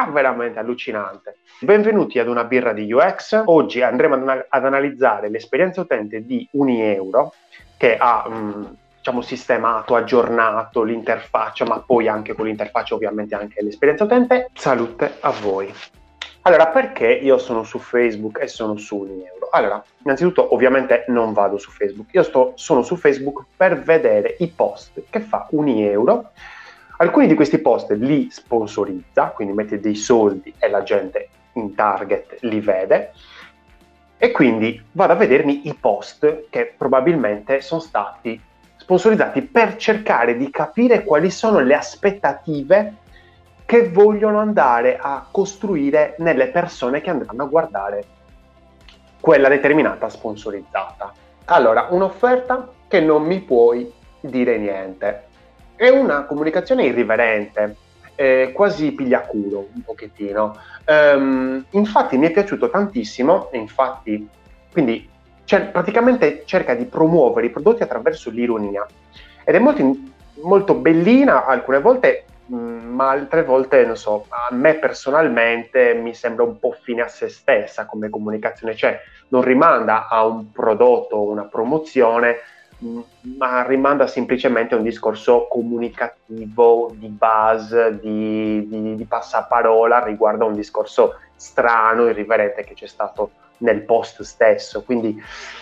veramente allucinante. Benvenuti ad una birra di UX. Oggi andremo ad analizzare l'esperienza utente di Unieuro, che ha diciamo sistemato, aggiornato l'interfaccia, ma poi anche con l'interfaccia ovviamente anche l'esperienza utente. Salute a voi. Allora, perché io sono su Facebook e sono su Unieuro? Allora, innanzitutto ovviamente non vado su Facebook, sono su Facebook per vedere i post che fa Unieuro. Alcuni di questi post li sponsorizza, quindi mette dei soldi e la gente in target li vede, e quindi vado a vedermi i post che probabilmente sono stati sponsorizzati per cercare di capire quali sono le aspettative che vogliono andare a costruire nelle persone che andranno a guardare quella determinata sponsorizzata. Allora, un'offerta che non mi puoi dire niente. È una comunicazione irriverente, quasi pigliaculo un pochettino. Infatti mi è piaciuto tantissimo, e infatti, quindi praticamente cerca di promuovere i prodotti attraverso l'ironia. Ed è molto bellina alcune volte, ma altre volte, non so, a me personalmente mi sembra un po' fine a se stessa come comunicazione, cioè non rimanda a un prodotto o una promozione, ma rimanda semplicemente a un discorso comunicativo, di buzz, di passaparola riguardo a un discorso strano, irriverente che c'è stato nel post stesso. Quindi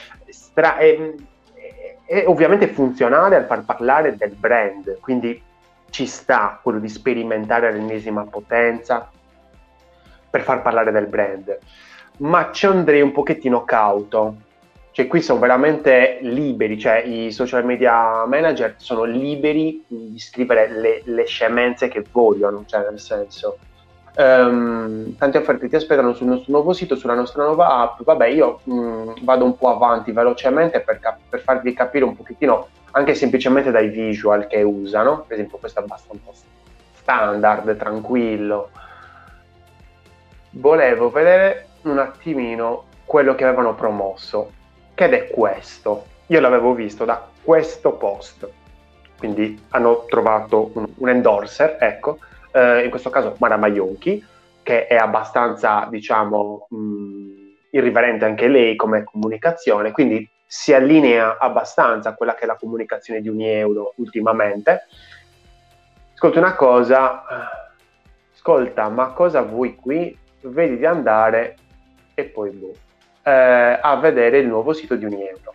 è ovviamente funzionale al far parlare del brand, quindi ci sta quello di sperimentare all'ennesima potenza per far parlare del brand, ma ci andrei un pochettino cauto. Cioè qui sono veramente liberi, cioè i social media manager sono liberi di scrivere le scemenze che vogliono, cioè nel senso tante offerte ti aspettano sul nostro nuovo sito, sulla nostra nuova app. Vabbè, io vado un po' avanti velocemente per farvi capire un pochettino, anche semplicemente dai visual che usano. Per esempio questo è abbastanza standard, tranquillo. Volevo vedere un attimino quello che avevano promosso, ed è questo. Io l'avevo visto da questo post, quindi hanno trovato un endorser, ecco, in questo caso Mara Maionchi, che è abbastanza, diciamo, irriverente anche lei come comunicazione, quindi si allinea abbastanza a quella che è la comunicazione di Unieuro ultimamente. Ascolta una cosa, ma cosa vuoi qui? Vedi di andare e poi a vedere il nuovo sito di Unieuro.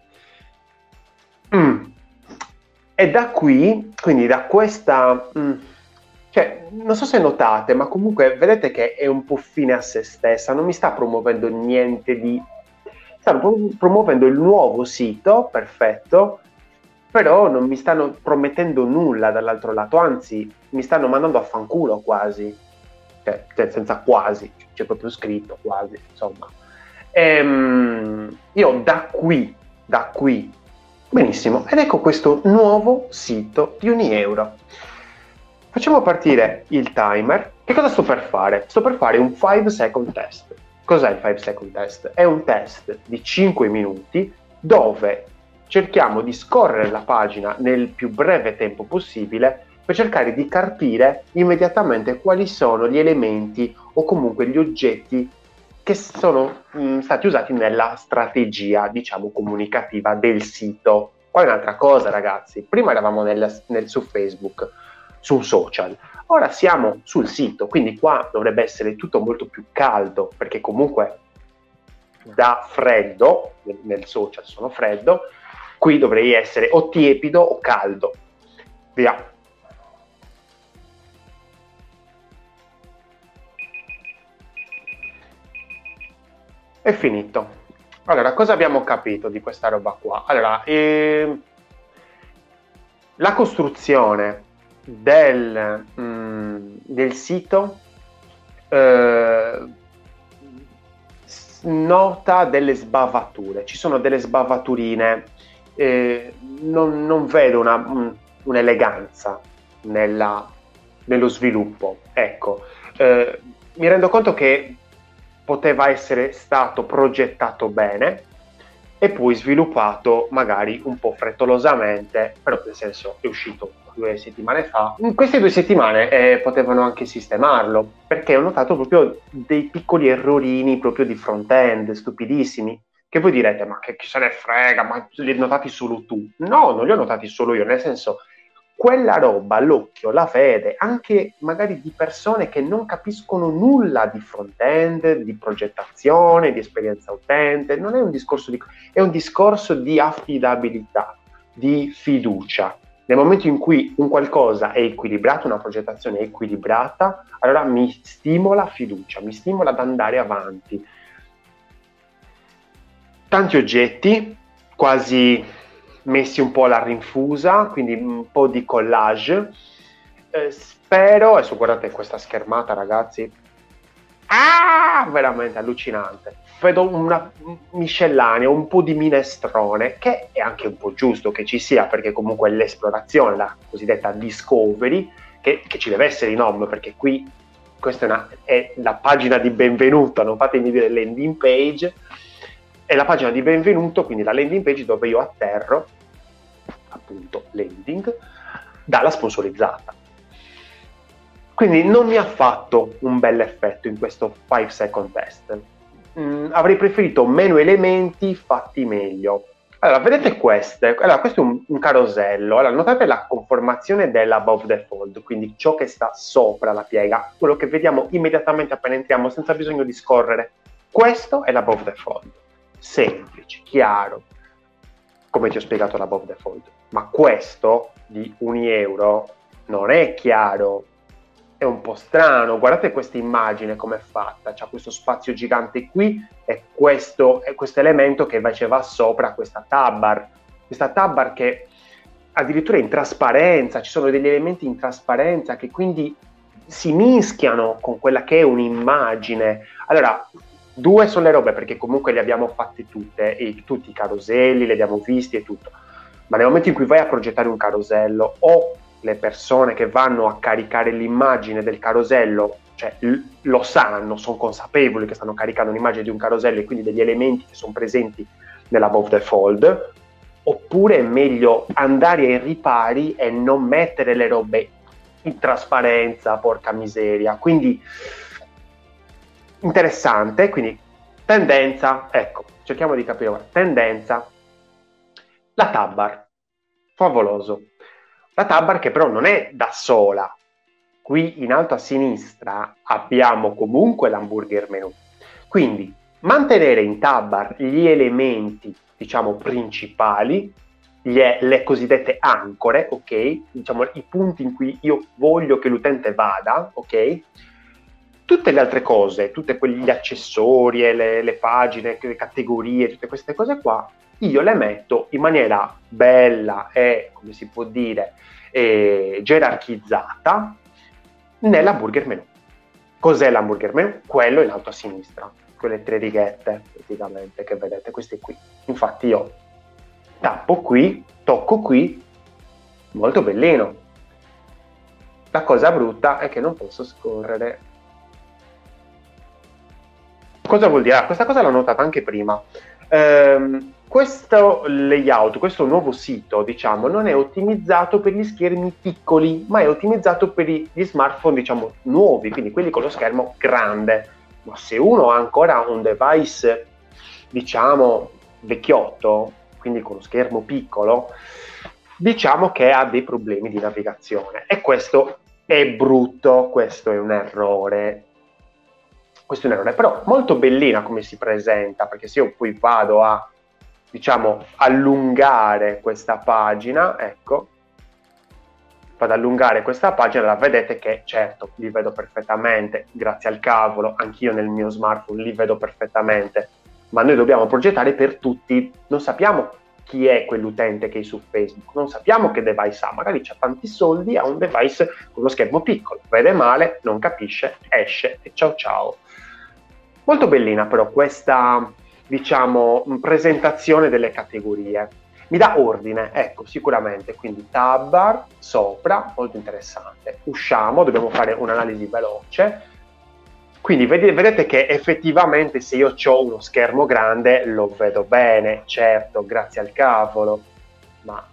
E da qui, quindi da questa, cioè, non so se notate, ma comunque vedete che è un po' fine a se stessa, non mi sta promuovendo niente di... Stanno promuovendo il nuovo sito, perfetto, però non mi stanno promettendo nulla dall'altro lato, anzi mi stanno mandando a fanculo quasi, cioè senza quasi, c'è proprio scritto quasi, insomma. Io da qui, benissimo, ed ecco questo nuovo sito di Unieuro. Facciamo partire il timer. Che cosa sto per fare? Sto per fare un 5 second test. Cos'è il 5 second test? È un test di 5 minuti dove cerchiamo di scorrere la pagina nel più breve tempo possibile per cercare di capire immediatamente quali sono gli elementi o comunque gli oggetti che sono stati usati nella strategia, diciamo, comunicativa del sito. Poi un'altra cosa, ragazzi, prima eravamo su Facebook, su un social, ora siamo sul sito, quindi qua dovrebbe essere tutto molto più caldo, perché comunque da freddo, nel social sono freddo, qui dovrei essere o tiepido o caldo. Via. È finito. Allora, cosa abbiamo capito di questa roba qua? Allora, la costruzione del sito nota delle sbavature. Ci sono delle sbavaturine, non vedo un'eleganza nello sviluppo. Ecco, mi rendo conto che poteva essere stato progettato bene, e poi sviluppato magari un po' frettolosamente, però nel senso è uscito 2 settimane fa. In queste 2 settimane potevano anche sistemarlo, perché ho notato proprio dei piccoli errorini proprio di front-end, stupidissimi, che voi direte, ma che chi se ne frega, ma li hai notati solo tu? No, non li ho notati solo io, nel senso, quella roba l'occhio la vede anche magari di persone che non capiscono nulla di front-end, di progettazione, di esperienza utente, non è un discorso è un discorso di affidabilità, di fiducia. Nel momento in cui un qualcosa è equilibrato, una progettazione è equilibrata, allora mi stimola fiducia, mi stimola ad andare avanti. Tanti oggetti, quasi messi un po' alla rinfusa, quindi un po' di collage. Spero, adesso guardate questa schermata ragazzi, veramente allucinante. Vedo una miscellanea, un po' di minestrone, che è anche un po' giusto che ci sia, perché comunque l'esplorazione, la cosiddetta discovery, che ci deve essere in home, perché qui questa è la pagina di benvenuto, non fatemi dire landing page, è la pagina di benvenuto, quindi la landing page dove io atterro, appunto landing, dalla sponsorizzata. Quindi non mi ha fatto un bel effetto in questo 5 second test. Avrei preferito meno elementi fatti meglio. Allora, vedete queste? Allora, questo è un carosello. Allora, notate la conformazione dell'above the fold, quindi ciò che sta sopra la piega, quello che vediamo immediatamente appena entriamo, senza bisogno di scorrere. Questo è l'above the fold. Semplice, chiaro, come ti ho spiegato l'above the fold. Ma questo di €1 non è chiaro, è un po' strano. Guardate questa immagine come è fatta, c'è questo spazio gigante qui e questo elemento che invece va sopra questa tab bar che addirittura è in trasparenza, ci sono degli elementi in trasparenza che quindi si mischiano con quella che è un'immagine. Allora, 2 sono le robe, perché comunque le abbiamo fatte tutte, tutti i caroselli, li abbiamo visti e tutto, ma nel momento in cui vai a progettare un carosello o le persone che vanno a caricare l'immagine del carosello, cioè lo sanno, sono consapevoli che stanno caricando un'immagine di un carosello e quindi degli elementi che sono presenti nell'above the fold, oppure è meglio andare ai ripari e non mettere le robe in trasparenza, porca miseria. Quindi interessante, quindi tendenza, ecco, cerchiamo di capire ora. Tendenza, la tab bar, favoloso. La tab bar che però non è da sola. Qui in alto a sinistra abbiamo comunque l'hamburger menu. Quindi mantenere in tab bar gli elementi, diciamo, principali, le cosiddette ancore, ok? Diciamo i punti in cui io voglio che l'utente vada, ok? Tutte le altre cose, tutti quegli accessori, le pagine, le categorie, tutte queste cose qua, io le metto in maniera bella e, come si può dire, gerarchizzata nell'hamburger menu. Cos'è l'hamburger menu? Quello in alto a sinistra, quelle 3 righette praticamente che vedete, queste qui. Infatti io tappo qui, tocco qui, molto bellino. La cosa brutta è che non posso scorrere. Cosa vuol dire? Questa cosa l'ho notata anche prima. Questo layout, questo nuovo sito, diciamo, non è ottimizzato per gli schermi piccoli, ma è ottimizzato per gli smartphone, diciamo, nuovi, quindi quelli con lo schermo grande. Ma se uno ha ancora un device, diciamo, vecchiotto, quindi con lo schermo piccolo, diciamo che ha dei problemi di navigazione. E questo è brutto, questo è un errore. Questo è un errore, però molto bellina come si presenta, perché se io poi vado a, diciamo, allungare questa pagina, ecco, vado ad allungare questa pagina, la vedete che certo li vedo perfettamente, grazie al cavolo, anch'io nel mio smartphone li vedo perfettamente, ma noi dobbiamo progettare per tutti, non sappiamo chi è quell'utente che è su Facebook, non sappiamo che device ha, magari c'ha tanti soldi, ha un device con lo schermo piccolo, vede male, non capisce, esce e ciao ciao. Molto bellina però questa, diciamo, presentazione delle categorie. Mi dà ordine, ecco, sicuramente, quindi tab bar, sopra, molto interessante. Usciamo, dobbiamo fare un'analisi veloce. Quindi vedete che effettivamente se io ho uno schermo grande lo vedo bene, certo, grazie al cavolo, ma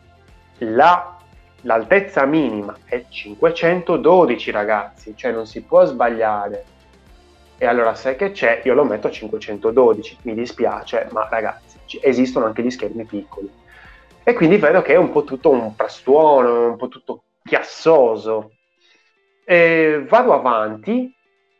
l'altezza minima è 512, ragazzi, cioè non si può sbagliare. E allora sai che c'è? Io lo metto a 512, mi dispiace, ma ragazzi, esistono anche gli schermi piccoli. E quindi vedo che è un po' tutto un frastuono, un po' tutto chiassoso. Vado avanti,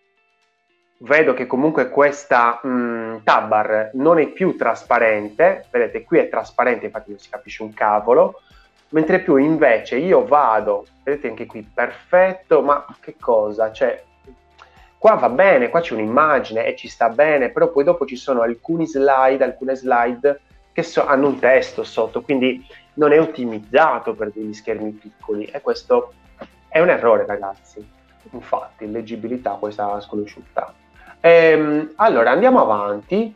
vedo che comunque questa tab bar non è più trasparente, vedete qui è trasparente, infatti non si capisce un cavolo, mentre più invece io vado, vedete anche qui perfetto, ma che cosa? Cioè, qua va bene, qua c'è un'immagine e ci sta bene, però poi dopo ci sono alcune slide che hanno un testo sotto, quindi non è ottimizzato per degli schermi piccoli e questo è un errore, ragazzi. Infatti, leggibilità questa sconosciuta. Allora, andiamo avanti.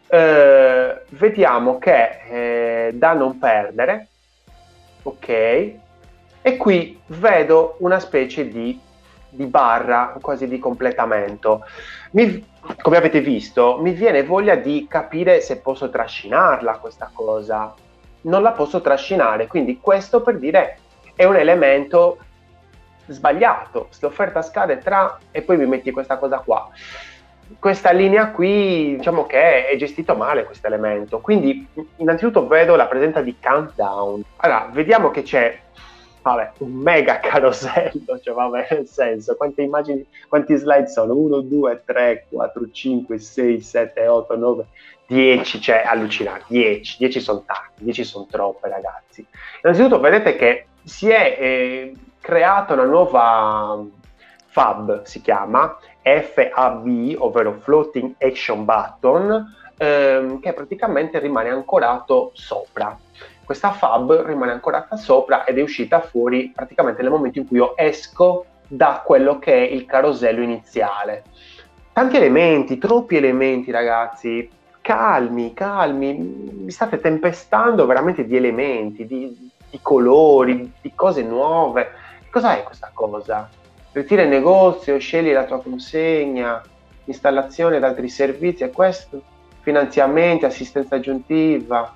Vediamo che da non perdere, ok, e qui vedo una specie di barra, quasi di completamento. Come avete visto, mi viene voglia di capire se posso trascinarla questa cosa. Non la posso trascinare, quindi questo per dire è un elemento sbagliato. Se l'offerta scade tra e poi mi metti questa cosa qua. Questa linea qui, diciamo che è gestito male questo elemento. Quindi innanzitutto vedo la presenza di countdown. Allora, vediamo che c'è un mega carosello, cioè vabbè, nel senso, quante immagini, quanti slide sono? 1, 2, 3, 4, 5, 6, 7, 8, 9, 10, cioè allucinante, 10 sono tanti, 10 sono troppe, ragazzi. Innanzitutto vedete che si è creata una nuova FAB, si chiama FAB, ovvero Floating Action Button, che praticamente rimane ancorato sopra. Questa FAB rimane ancorata sopra ed è uscita fuori praticamente nel momento in cui io esco da quello che è il carosello iniziale. Tanti elementi, troppi elementi, ragazzi. Calmi, mi state tempestando veramente di elementi, di colori, di cose nuove. Cos'è questa cosa? Ritira il negozio, scegli la tua consegna, installazione ad altri servizi, è questo? Finanziamenti, assistenza aggiuntiva.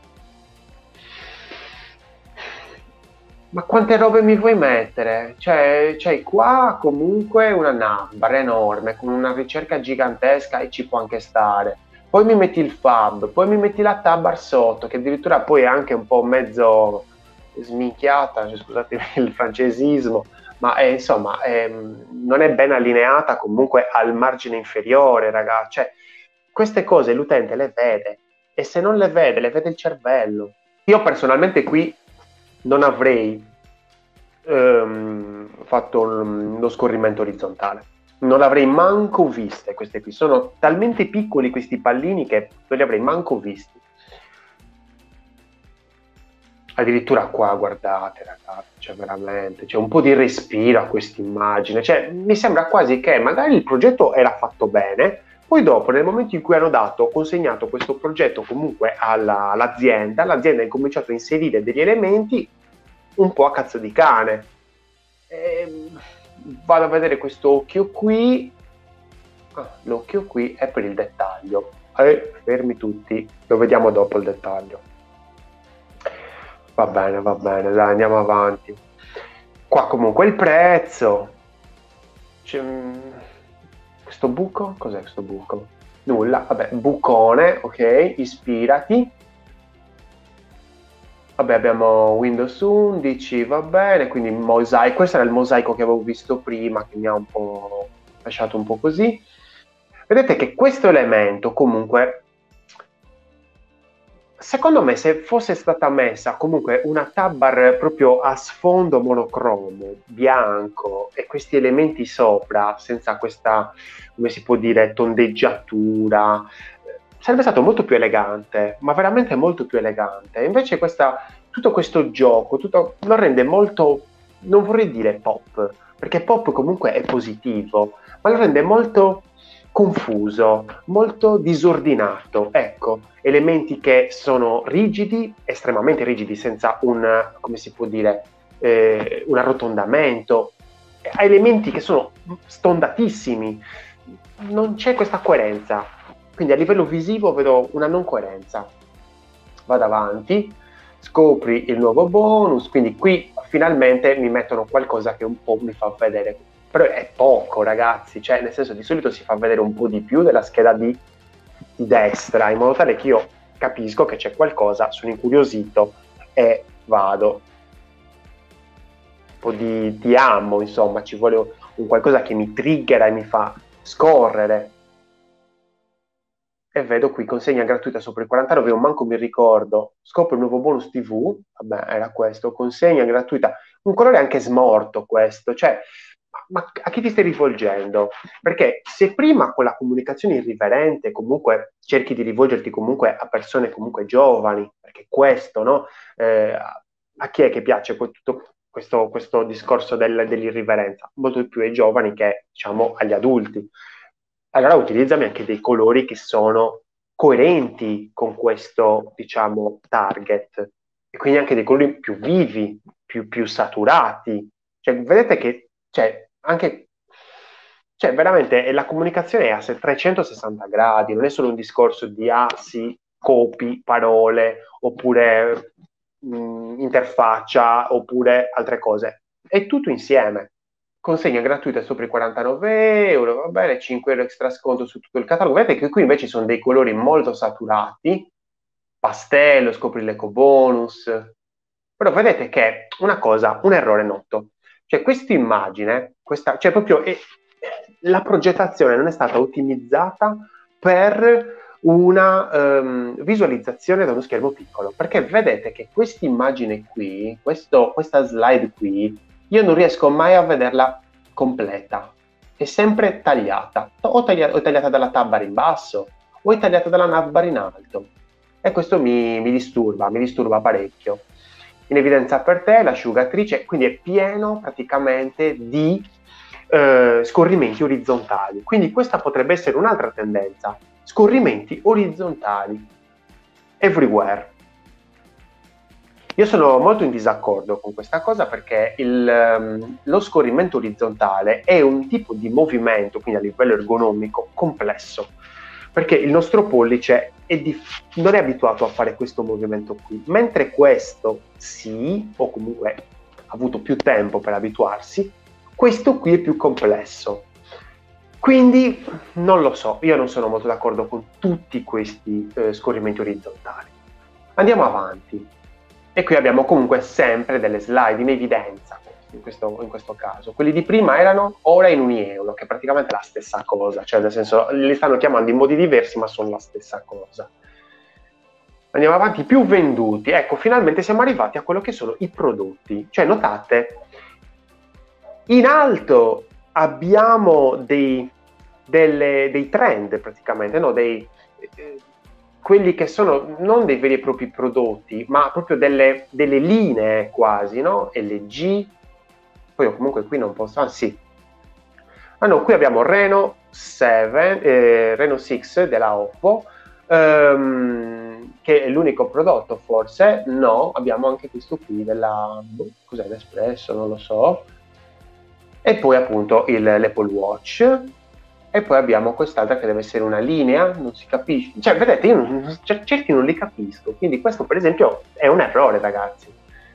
Ma quante robe mi vuoi mettere? Cioè, c'hai qua comunque una navbar enorme, con una ricerca gigantesca e ci può anche stare. Poi mi metti il FAB, poi mi metti la tabbar sotto, che addirittura poi è anche un po' mezzo sminchiata, cioè, scusate il francesismo, ma insomma non è ben allineata comunque al margine inferiore, ragazzi. Cioè, queste cose l'utente le vede e se non le vede il cervello. Io personalmente qui non avrei fatto lo scorrimento orizzontale, non l'avrei manco viste queste qui, sono talmente piccoli questi pallini che non li avrei manco visti. Addirittura qua, guardate ragazzi, cioè veramente, c'è un po' di respiro a questa immagine, cioè mi sembra quasi che magari il progetto era fatto bene, poi dopo nel momento in cui hanno consegnato questo progetto comunque all'azienda, l'azienda ha cominciato a inserire degli elementi un po' a cazzo di cane. Vado a vedere questo occhio qui, l'occhio qui è per il dettaglio, fermi tutti, lo vediamo dopo il dettaglio. Va bene, dai, andiamo avanti. Qua comunque il prezzo. C'è questo buco? Cos'è questo buco? Nulla, vabbè, bucone, ok, ispirati. Vabbè, abbiamo Windows 11, va bene, quindi mosaico. Questo era il mosaico che avevo visto prima, che mi ha un po' lasciato un po' così. Vedete che questo elemento comunque, secondo me, se fosse stata messa comunque una tabbar proprio a sfondo monocromo, bianco, e questi elementi sopra, senza questa, come si può dire, tondeggiatura, sarebbe stato molto più elegante, ma veramente molto più elegante. Invece tutto questo gioco, lo rende molto, non vorrei dire pop, perché pop comunque è positivo, ma lo rende molto confuso, molto disordinato. Ecco, elementi che sono rigidi, estremamente rigidi, senza come si può dire, un arrotondamento. ha elementi che sono stondatissimi, non c'è questa coerenza, quindi a livello visivo vedo una non coerenza. Vado avanti, scopri il nuovo bonus, quindi qui finalmente mi mettono qualcosa che un po' mi fa vedere, però è poco ragazzi, cioè nel senso di solito si fa vedere un po' di più della scheda di destra, in modo tale che io capisco che c'è qualcosa, sono incuriosito e vado. Un po' di ammo, insomma, ci vuole un qualcosa che mi triggera e mi fa scorrere. E vedo qui consegna gratuita sopra i 49, io manco mi ricordo, scopro il nuovo bonus TV, vabbè era questo, consegna gratuita, un colore anche smorto questo, cioè ma a chi ti stai rivolgendo? Perché se prima con la comunicazione irriverente comunque cerchi di rivolgerti comunque a persone comunque giovani, perché questo, no? A chi è che piace tutto questo discorso dell'irriverenza? Molto di più ai giovani che diciamo agli adulti. Allora utilizzami anche dei colori che sono coerenti con questo, diciamo, target e quindi anche dei colori più vivi, più saturati. Cioè, vedete che anche, veramente la comunicazione è a 360 gradi, non è solo un discorso di sì, copi, parole, oppure interfaccia, oppure altre cose. È tutto insieme. Consegna gratuita sopra i 49 euro, va bene, 5 euro extra sconto su tutto il catalogo. Vedete che qui invece sono dei colori molto saturati, pastello, scopri l'eco bonus. Però vedete che è una cosa, un errore noto. Cioè questa immagine, cioè proprio la progettazione non è stata ottimizzata per una visualizzazione da uno schermo piccolo, perché vedete che questa immagine qui, questa slide qui, io non riesco mai a vederla completa, è sempre tagliata, o tagliata dalla tab bar in basso, o è tagliata dalla nav bar in alto, e questo mi disturba parecchio. In evidenza per te l'asciugatrice, quindi è pieno praticamente di scorrimenti orizzontali, quindi questa potrebbe essere un'altra tendenza, scorrimenti orizzontali everywhere. Io sono molto in disaccordo con questa cosa perché lo scorrimento orizzontale è un tipo di movimento, quindi a livello ergonomico, complesso, perché il nostro pollice non è abituato a fare questo movimento qui, mentre questo sì, o comunque ha avuto più tempo per abituarsi, questo qui è più complesso. Quindi non lo so, io non sono molto d'accordo con tutti questi scorrimenti orizzontali. Andiamo avanti. E qui abbiamo comunque sempre delle slide in evidenza, in questo caso. Quelli di prima erano ora in €1, che è praticamente la stessa cosa, cioè nel senso li stanno chiamando in modi diversi, ma sono la stessa cosa. Andiamo avanti, più venduti. Ecco, finalmente siamo arrivati a quello che sono i prodotti. Cioè, notate, in alto abbiamo dei trend praticamente, no? Quelli che sono non dei veri e propri prodotti, ma proprio delle linee quasi, no? LG, poi comunque qui non posso, sì. Ah no, qui abbiamo Reno 7, Reno 6 della Oppo, che è l'unico prodotto forse, no, abbiamo anche questo qui della, cos'è l'Espresso, non lo so, e poi appunto l'Apple Watch, e poi abbiamo quest'altra che deve essere una linea, non si capisce, cioè vedete io certi non li capisco, quindi questo per esempio è un errore ragazzi.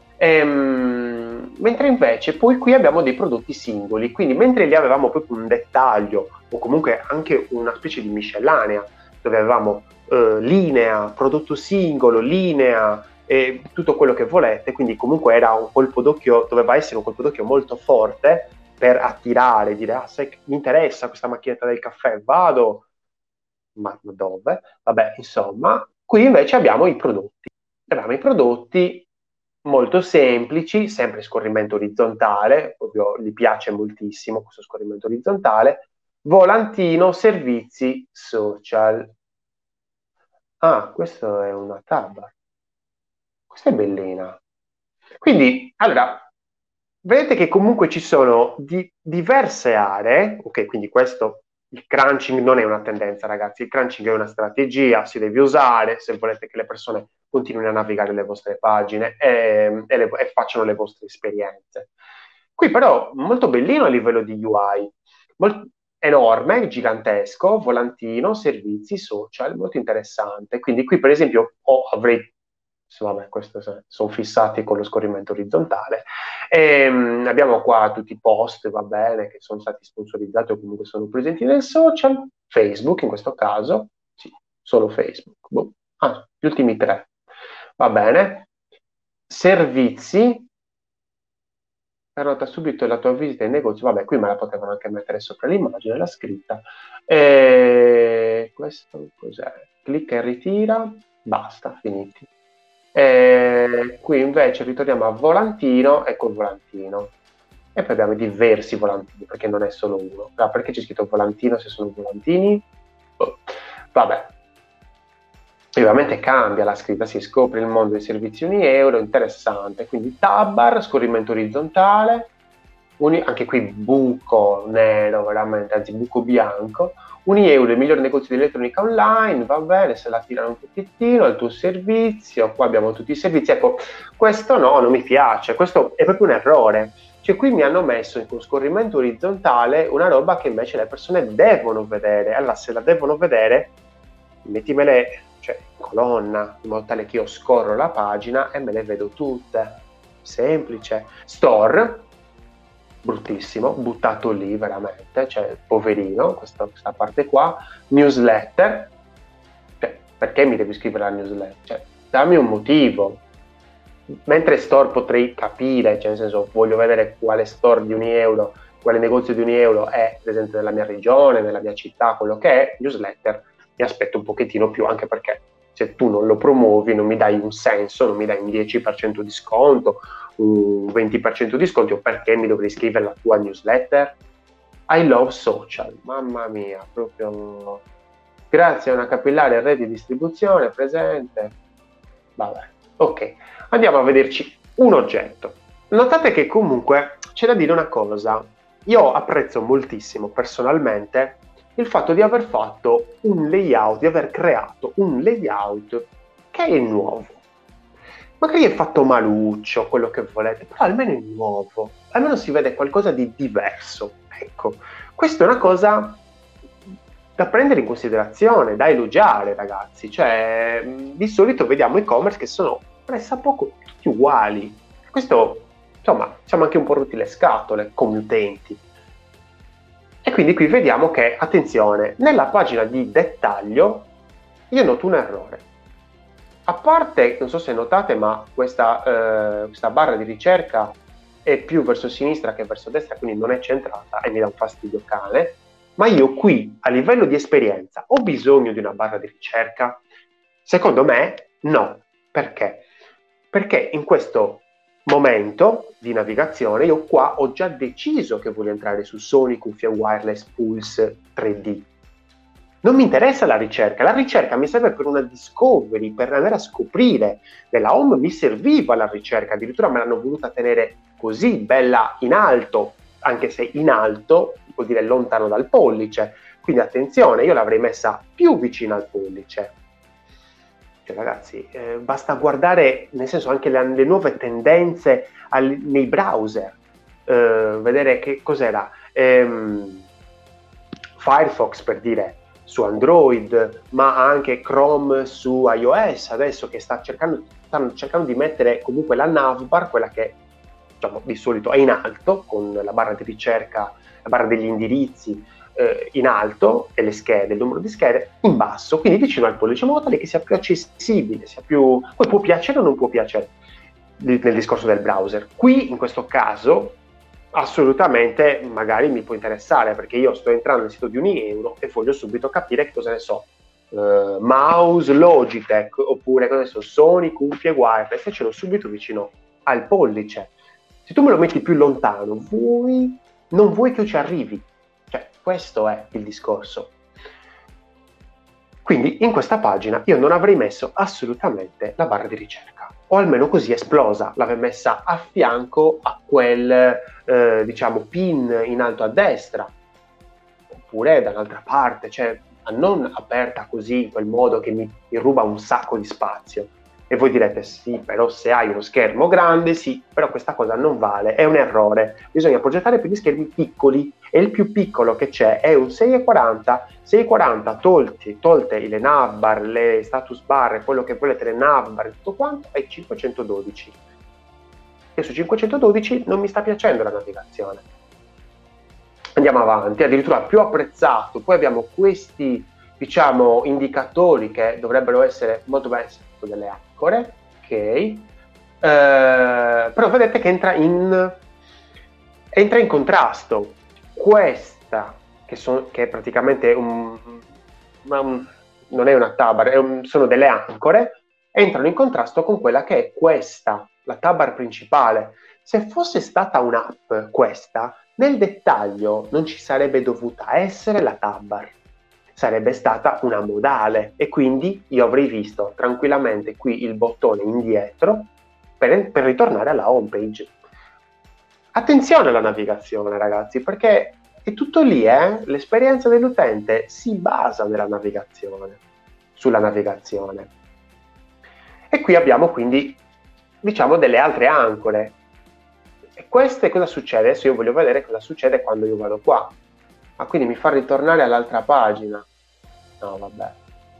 Mentre invece poi qui abbiamo dei prodotti singoli, quindi mentre lì avevamo proprio un dettaglio o comunque anche una specie di miscellanea dove avevamo linea, prodotto singolo, linea e tutto quello che volete, quindi comunque era un colpo d'occhio, doveva essere un colpo d'occhio molto forte per attirare, dire sai, mi interessa questa macchinetta del caffè, vado, ma dove? Vabbè, insomma, qui invece abbiamo i prodotti. Abbiamo i prodotti molto semplici, sempre scorrimento orizzontale, proprio gli piace moltissimo questo scorrimento orizzontale, volantino, servizi, social. Ah, questo è una tab. Questa è bellina. Quindi, allora, vedete che comunque ci sono diverse aree, ok, quindi questo, il crunching non è una tendenza ragazzi, il crunching è una strategia, si deve usare se volete che le persone continuino a navigare le vostre pagine e facciano le vostre esperienze. Qui però molto bellino a livello di UI, enorme, gigantesco, volantino, servizi, social, molto interessante. Quindi qui per esempio vabbè, questo sono fissati con lo scorrimento orizzontale. Abbiamo qua tutti i post, va bene, che sono stati sponsorizzati o comunque sono presenti nel social, Facebook in questo caso, sì, solo Facebook. Boh. Gli ultimi tre, va bene. Servizi, prenota subito la tua visita in negozio, vabbè, qui me la potevano anche mettere sopra l'immagine, la scritta. Questo cos'è? Clicca e ritira, basta, finiti. Qui invece ritorniamo a volantino e col volantino. E poi abbiamo diversi volantini, perché non è solo uno. No, perché c'è scritto volantino se sono volantini? Oh. Vabbè. E ovviamente cambia la scritta, si scopre il mondo dei servizi 1 euro, interessante. Quindi tab bar, scorrimento orizzontale, anche qui buco nero, veramente, anzi buco bianco. 1 euro, il miglior negozio di elettronica online, va bene, se la tirano un pochettino, il tuo servizio, qua abbiamo tutti i servizi. Ecco, questo no, non mi piace, questo è proprio un errore. Cioè qui mi hanno messo con scorrimento orizzontale una roba che invece le persone devono vedere. Allora, se la devono vedere, mettimele in colonna, in modo tale che io scorro la pagina e me le vedo tutte. Semplice. Store, bruttissimo, buttato lì veramente, cioè poverino, questa parte qua. Newsletter, perché mi devi scrivere la newsletter? Cioè, dammi un motivo. Mentre store potrei capire, cioè nel senso voglio vedere quale store di 1 euro, quale negozio di 1 euro è presente nella mia regione, nella mia città, quello che è. Newsletter mi aspetto un pochettino più, anche perché se tu non lo promuovi non mi dai un senso, non mi dai un 10% di sconto, un 20% di sconto, perché mi dovrei scrivere la tua newsletter? I love social, mamma mia, proprio grazie a una capillare rete di distribuzione presente. Vabbè, ok, andiamo a vederci un oggetto. Notate che comunque c'è da dire una cosa, io apprezzo moltissimo personalmente il fatto di aver fatto un layout, di aver creato un layout che è nuovo. Magari è fatto maluccio, quello che volete, però almeno è nuovo, almeno si vede qualcosa di diverso. Ecco, questa è una cosa da prendere in considerazione, da elogiare, ragazzi. Cioè, di solito vediamo e-commerce che sono pressappoco tutti uguali. Questo, insomma, siamo anche un po' rotti le scatole come utenti. E quindi qui vediamo che, attenzione, nella pagina di dettaglio io noto un errore. A parte, non so se notate, ma questa barra di ricerca è più verso sinistra che verso destra, quindi non è centrata e mi dà un fastidio cane. Ma io qui, a livello di esperienza, ho bisogno di una barra di ricerca? Secondo me no. Perché? Perché in questo momento di navigazione io qua ho già deciso che voglio entrare su Sony Cuffie Wireless Pulse 3D. Non mi interessa la ricerca mi serve per una discovery, per andare a scoprire. Nella home mi serviva la ricerca, addirittura me l'hanno voluta tenere così bella in alto, anche se in alto vuol dire lontano dal pollice, quindi attenzione, io l'avrei messa più vicina al pollice. Cioè, ragazzi, basta guardare, nel senso, anche le nuove tendenze nei browser, vedere che cos'era Firefox, per dire, su Android, ma anche Chrome su iOS adesso, che stanno cercando di mettere comunque la navbar, quella che diciamo di solito è in alto, con la barra di ricerca, la barra degli indirizzi in alto e le schede, il numero di schede in basso, quindi vicino al pollice, in modo tale che sia più accessibile, sia più, poi può piacere o non può piacere nel discorso del browser. Qui in questo caso assolutamente magari mi può interessare, perché io sto entrando nel sito di 1 euro e voglio subito capire che cosa ne so, mouse Logitech, oppure cosa ne so, Sony cuffie wireless, e ce l'ho subito vicino al pollice. Se tu me lo metti più lontano, non vuoi che io ci arrivi. Cioè, questo è il discorso. Quindi in questa pagina io non avrei messo assolutamente la barra di ricerca, o almeno così esplosa, l'avrei messa a fianco a quel diciamo pin in alto a destra, oppure da un'altra parte, cioè non aperta così in quel modo che mi ruba un sacco di spazio. E voi direte sì, però se hai uno schermo grande, sì, però questa cosa non vale, è un errore. Bisogna progettare per gli schermi piccoli e il più piccolo che c'è è un 640. 640 tolte le navbar, le status bar, quello che volete, le navbar e tutto quanto, è 512. E su 512 non mi sta piacendo la navigazione. Andiamo avanti, addirittura più apprezzato. Poi abbiamo questi, diciamo, indicatori che dovrebbero essere molto bene, delle ancore, ok, però vedete che entra in contrasto. Questa che è praticamente non è una tabar, sono delle ancore, entrano in contrasto con quella che è questa, la tabar principale. Se fosse stata un'app questa, nel dettaglio non ci sarebbe dovuta essere la tabar, sarebbe stata una modale e quindi io avrei visto tranquillamente qui il bottone indietro per ritornare alla home page. Attenzione alla navigazione, ragazzi, perché è tutto lì, l'esperienza dell'utente si basa sulla navigazione. E qui abbiamo quindi, diciamo, delle altre ancore. E queste cosa succede? Adesso io voglio vedere cosa succede quando io vado qua. Ah, quindi mi fa ritornare all'altra pagina. No, vabbè.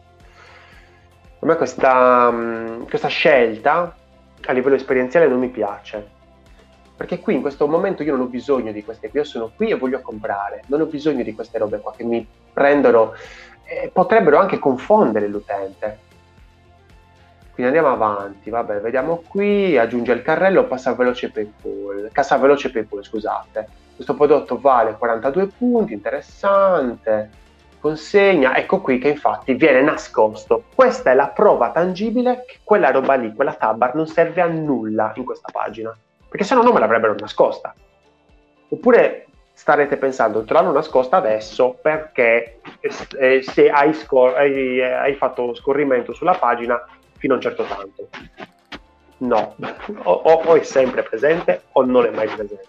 A me questa scelta a livello esperienziale non mi piace. Perché qui in questo momento io non ho bisogno di queste qui, io sono qui e voglio comprare, non ho bisogno di queste robe qua che mi prendono, potrebbero anche confondere l'utente. Quindi andiamo avanti, vabbè, vediamo qui, aggiunge il carrello, cassa veloce PayPal, scusate. Questo prodotto vale 42 punti, interessante, consegna, ecco qui che infatti viene nascosto. Questa è la prova tangibile che quella roba lì, quella tabar, non serve a nulla in questa pagina. Perché se no non me l'avrebbero nascosta. Oppure starete pensando, te l'hanno nascosta adesso perché se hai fatto scorrimento sulla pagina fino a un certo tanto. No, o è sempre presente o non è mai presente.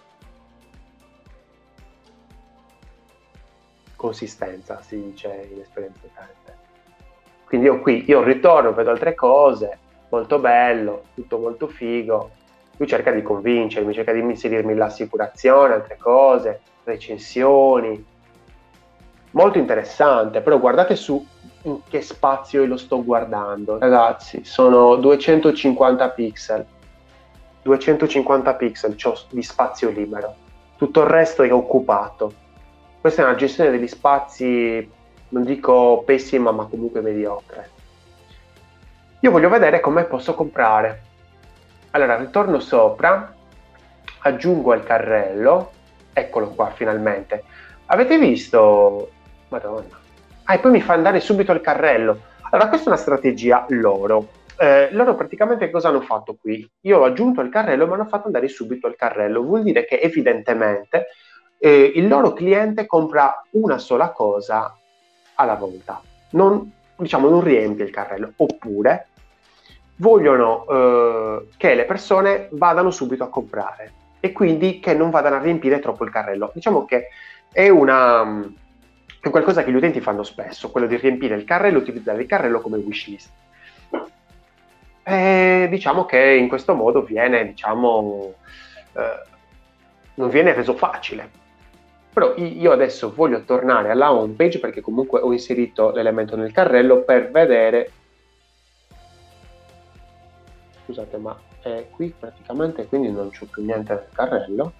Consistenza si dice in esperienza utente. Quindi io ritorno, vedo altre cose, molto bello, tutto molto figo. Lui cerca di convincermi, cerca di inserirmi l'assicurazione, altre cose, recensioni. Molto interessante, però guardate in che spazio io lo sto guardando. Ragazzi, sono 250 pixel. 250 pixel c'ho di spazio libero. Tutto il resto è occupato. Questa è una gestione degli spazi, non dico pessima, ma comunque mediocre. Io voglio vedere come posso comprare. Allora, ritorno sopra, aggiungo il carrello, eccolo qua finalmente. Avete visto? Madonna. Ah, e poi mi fa andare subito al carrello. Allora, questa è una strategia loro. Loro praticamente cosa hanno fatto qui? Io ho aggiunto il carrello, ma hanno fatto andare subito al carrello. Vuol dire che evidentemente il loro cliente compra una sola cosa alla volta. Non riempie il carrello. Oppure vogliono che le persone vadano subito a comprare e quindi che non vadano a riempire troppo il carrello. Diciamo che è qualcosa che gli utenti fanno spesso, quello di riempire il carrello, utilizzare il carrello come wishlist. E diciamo che in questo modo non viene reso facile. Però io adesso voglio tornare alla home page perché comunque ho inserito l'elemento nel carrello per vedere. Scusate, ma qui praticamente quindi non c'ho più niente nel carrello.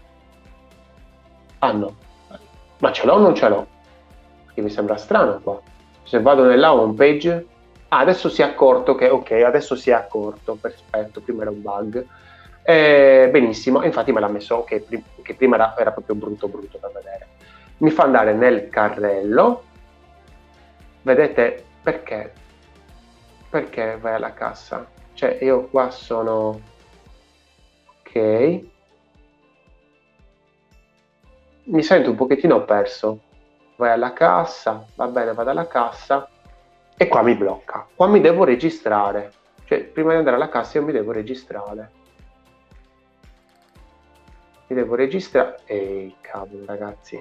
Ah no, ma ce l'ho o non ce l'ho? Perché mi sembra strano qua. Se vado nella home page, adesso si è accorto che ok, adesso si è accorto, perfetto, prima era un bug. Benissimo, infatti me l'ha messo che prima era proprio brutto da vedere. Mi fa andare nel carrello. Vedete perché? Perché vai alla cassa? Cioè io qua sono ok, mi sento un pochettino perso. Vai alla cassa, va bene, vado alla cassa e qua mi blocca. Qua mi devo registrare, cioè prima di andare alla cassa io mi devo registrare. Ehi cavolo ragazzi,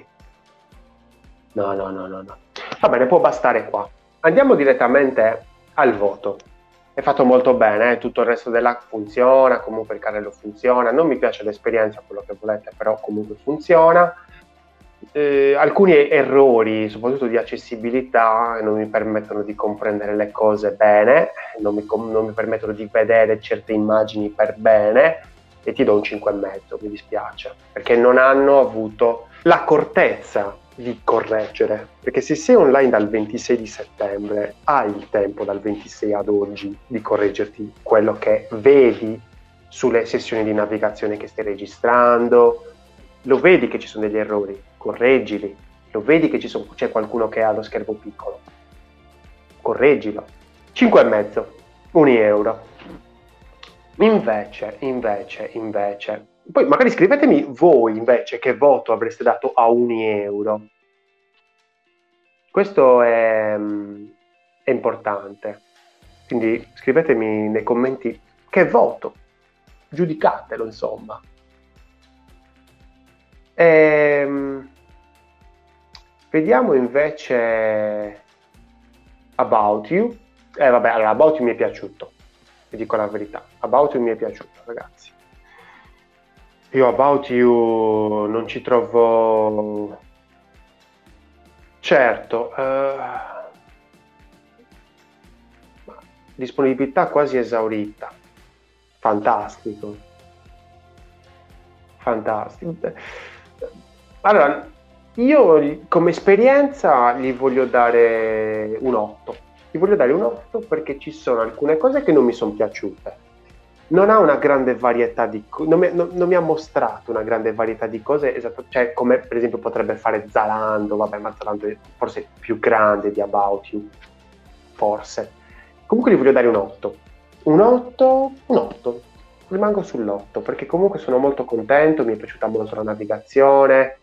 no, va bene, può bastare qua. Andiamo direttamente al voto. è fatto molto bene, tutto il resto dell'app funziona, comunque il carrello funziona, non mi piace l'esperienza, quello che volete, però comunque funziona. Alcuni errori, soprattutto di accessibilità, non mi permettono di comprendere le cose bene, non mi permettono di vedere certe immagini per bene, e ti do un 5,5, mi dispiace, perché non hanno avuto l'accortezza di correggere, perché se sei online dal 26 di settembre hai il tempo dal 26 ad oggi di correggerti quello che vedi sulle sessioni di navigazione che stai registrando. Lo vedi che ci sono degli errori, correggili. Lo vedi che c'è qualcuno che ha lo schermo piccolo, correggilo. 5,5, 1 euro. Invece, poi magari scrivetemi voi invece che voto avreste dato a 1 euro. Questo è importante. Quindi scrivetemi nei commenti che voto, giudicatelo insomma. Vediamo invece About You. Vabbè, allora About You mi è piaciuto, vi dico la verità. About You mi è piaciuto, ragazzi. Io About You non ci trovo... Certo, disponibilità quasi esaurita. Fantastico. Fantastico. Allora, io come esperienza gli voglio dare un 8. Gli voglio dare un 8 perché ci sono alcune cose che non mi sono piaciute. Non ha una grande varietà di non mi ha mostrato una grande varietà di cose, cioè come per esempio potrebbe fare Zalando, vabbè, ma Zalando è forse più grande di About You, forse. Comunque gli voglio dare un 8. Un 8, un 8. Rimango sull'8 perché comunque sono molto contento, mi è piaciuta molto la navigazione.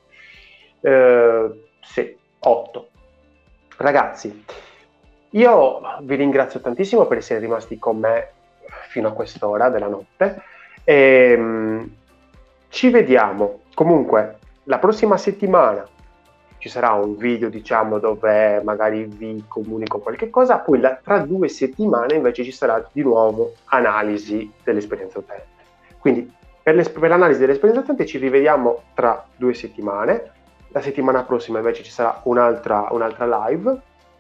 Sì, 8. Ragazzi, io vi ringrazio tantissimo per essere rimasti con me fino a quest'ora della notte e ci vediamo comunque la prossima settimana. Ci sarà un video, diciamo, dove magari vi comunico qualche cosa, poi tra 2 settimane invece ci sarà di nuovo analisi dell'esperienza utente. Quindi per l'analisi dell'esperienza utente ci rivediamo tra 2 settimane. La settimana prossima invece ci sarà un'altra live.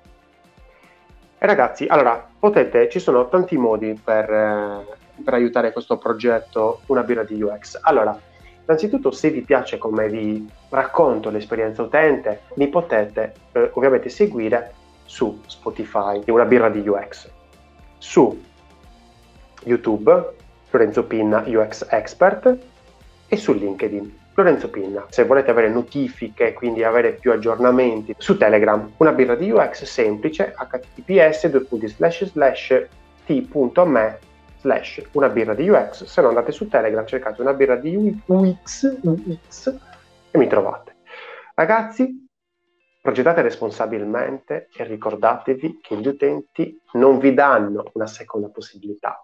E ragazzi, allora, ci sono tanti modi per aiutare questo progetto Una birra di UX. Allora, innanzitutto, se vi piace come vi racconto l'esperienza utente, mi potete ovviamente seguire su Spotify, Una birra di UX, su YouTube, Lorenzo Pinna UX Expert, e su LinkedIn, Lorenzo Pinna. Se volete avere notifiche, quindi avere più aggiornamenti, su Telegram, Una birra di UX semplice, https://t.me/una birra di UX. Se no andate su Telegram, cercate Una birra di UX e mi trovate. Ragazzi, progettate responsabilmente e ricordatevi che gli utenti non vi danno una seconda possibilità,